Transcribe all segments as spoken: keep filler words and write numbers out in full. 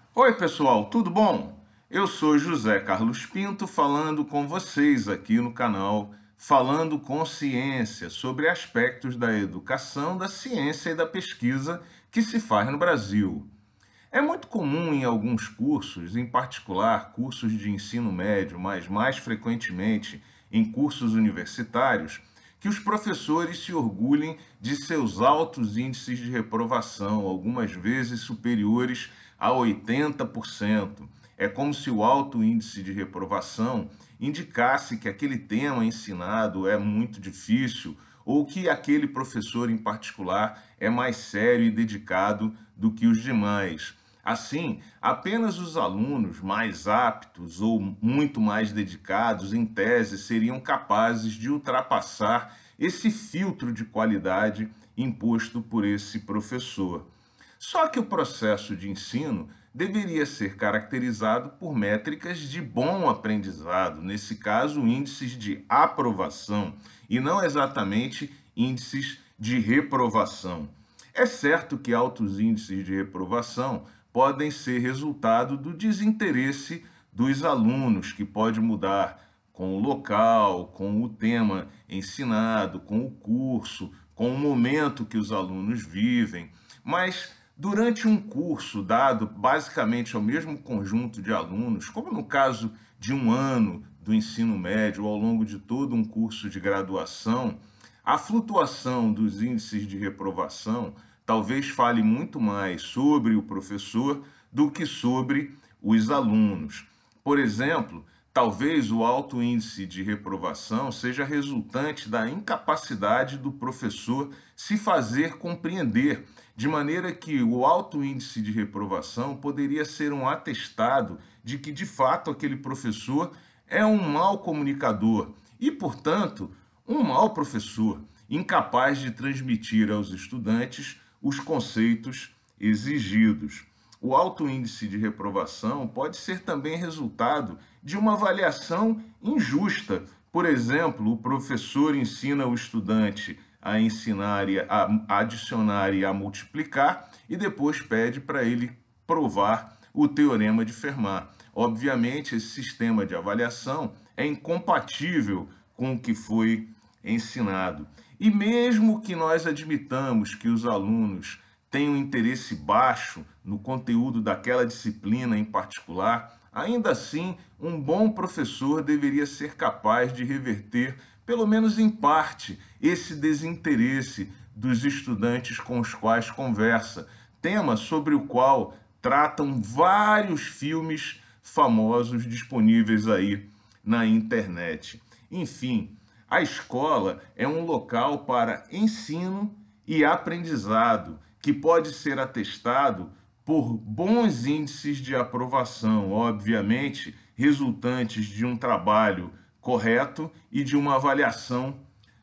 Oi, pessoal, tudo bom? Eu sou José Carlos Pinto falando com vocês aqui no canal Falando com Ciência sobre aspectos da educação, da ciência e da pesquisa que se faz no Brasil. É muito comum em alguns cursos, em particular cursos de ensino médio, mas mais frequentemente em cursos universitários, que os professores se orgulhem de seus altos índices de reprovação, algumas vezes superiores a oitenta por cento. É como se o alto índice de reprovação indicasse que aquele tema ensinado é muito difícil ou que aquele professor em particular é mais sério e dedicado do que os demais. Assim, apenas os alunos mais aptos ou muito mais dedicados, em tese, seriam capazes de ultrapassar esse filtro de qualidade imposto por esse professor. Só que o processo de ensino deveria ser caracterizado por métricas de bom aprendizado, nesse caso, índices de aprovação, e não exatamente índices de reprovação. É certo que altos índices de reprovação podem ser resultado do desinteresse dos alunos, que pode mudar com o local, com o tema ensinado, com o curso, com o momento que os alunos vivem. Mas durante um curso dado basicamente ao mesmo conjunto de alunos, como no caso de um ano do ensino médio, ou ao longo de todo um curso de graduação, a flutuação dos índices de reprovação talvez fale muito mais sobre o professor do que sobre os alunos. Por exemplo, talvez o alto índice de reprovação seja resultante da incapacidade do professor se fazer compreender, de maneira que o alto índice de reprovação poderia ser um atestado de que, de fato, aquele professor é um mau comunicador e, portanto, um mau professor, incapaz de transmitir aos estudantes os conceitos exigidos. O alto índice de reprovação pode ser também resultado de uma avaliação injusta. Por exemplo, o professor ensina o estudante a ensinar, a adicionar e a multiplicar e depois pede para ele provar o teorema de Fermat. Obviamente, esse sistema de avaliação é incompatível com o que foi ensinado. E mesmo que nós admitamos que os alunos têm um interesse baixo no conteúdo daquela disciplina em particular, ainda assim, um bom professor deveria ser capaz de reverter, pelo menos em parte, esse desinteresse dos estudantes com os quais conversa, tema sobre o qual tratam vários filmes famosos disponíveis aí na internet. Enfim, a escola é um local para ensino e aprendizado, que pode ser atestado por bons índices de aprovação, obviamente, resultantes de um trabalho correto e de uma avaliação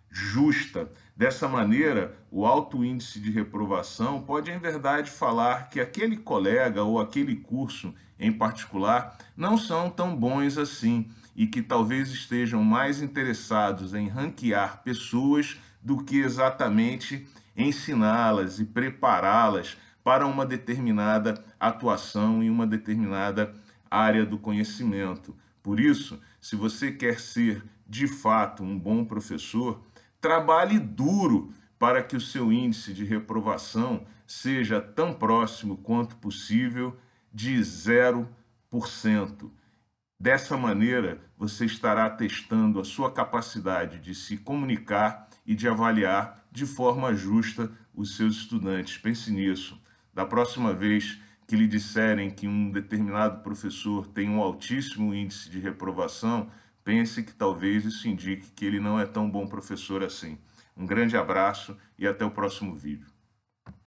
justa. Dessa maneira, o alto índice de reprovação pode, em verdade, falar que aquele colega ou aquele curso em particular não são tão bons assim e que talvez estejam mais interessados em ranquear pessoas do que exatamente ensiná-las e prepará-las para uma determinada atuação em uma determinada área do conhecimento. Por isso, se você quer ser de fato um bom professor, trabalhe duro para que o seu índice de reprovação seja tão próximo quanto possível de zero por cento. Dessa maneira, você estará testando a sua capacidade de se comunicar e de avaliar de forma justa os seus estudantes. Pense nisso. Da próxima vez que lhe disserem que um determinado professor tem um altíssimo índice de reprovação, pense que talvez isso indique que ele não é tão bom professor assim. Um grande abraço e até o próximo vídeo.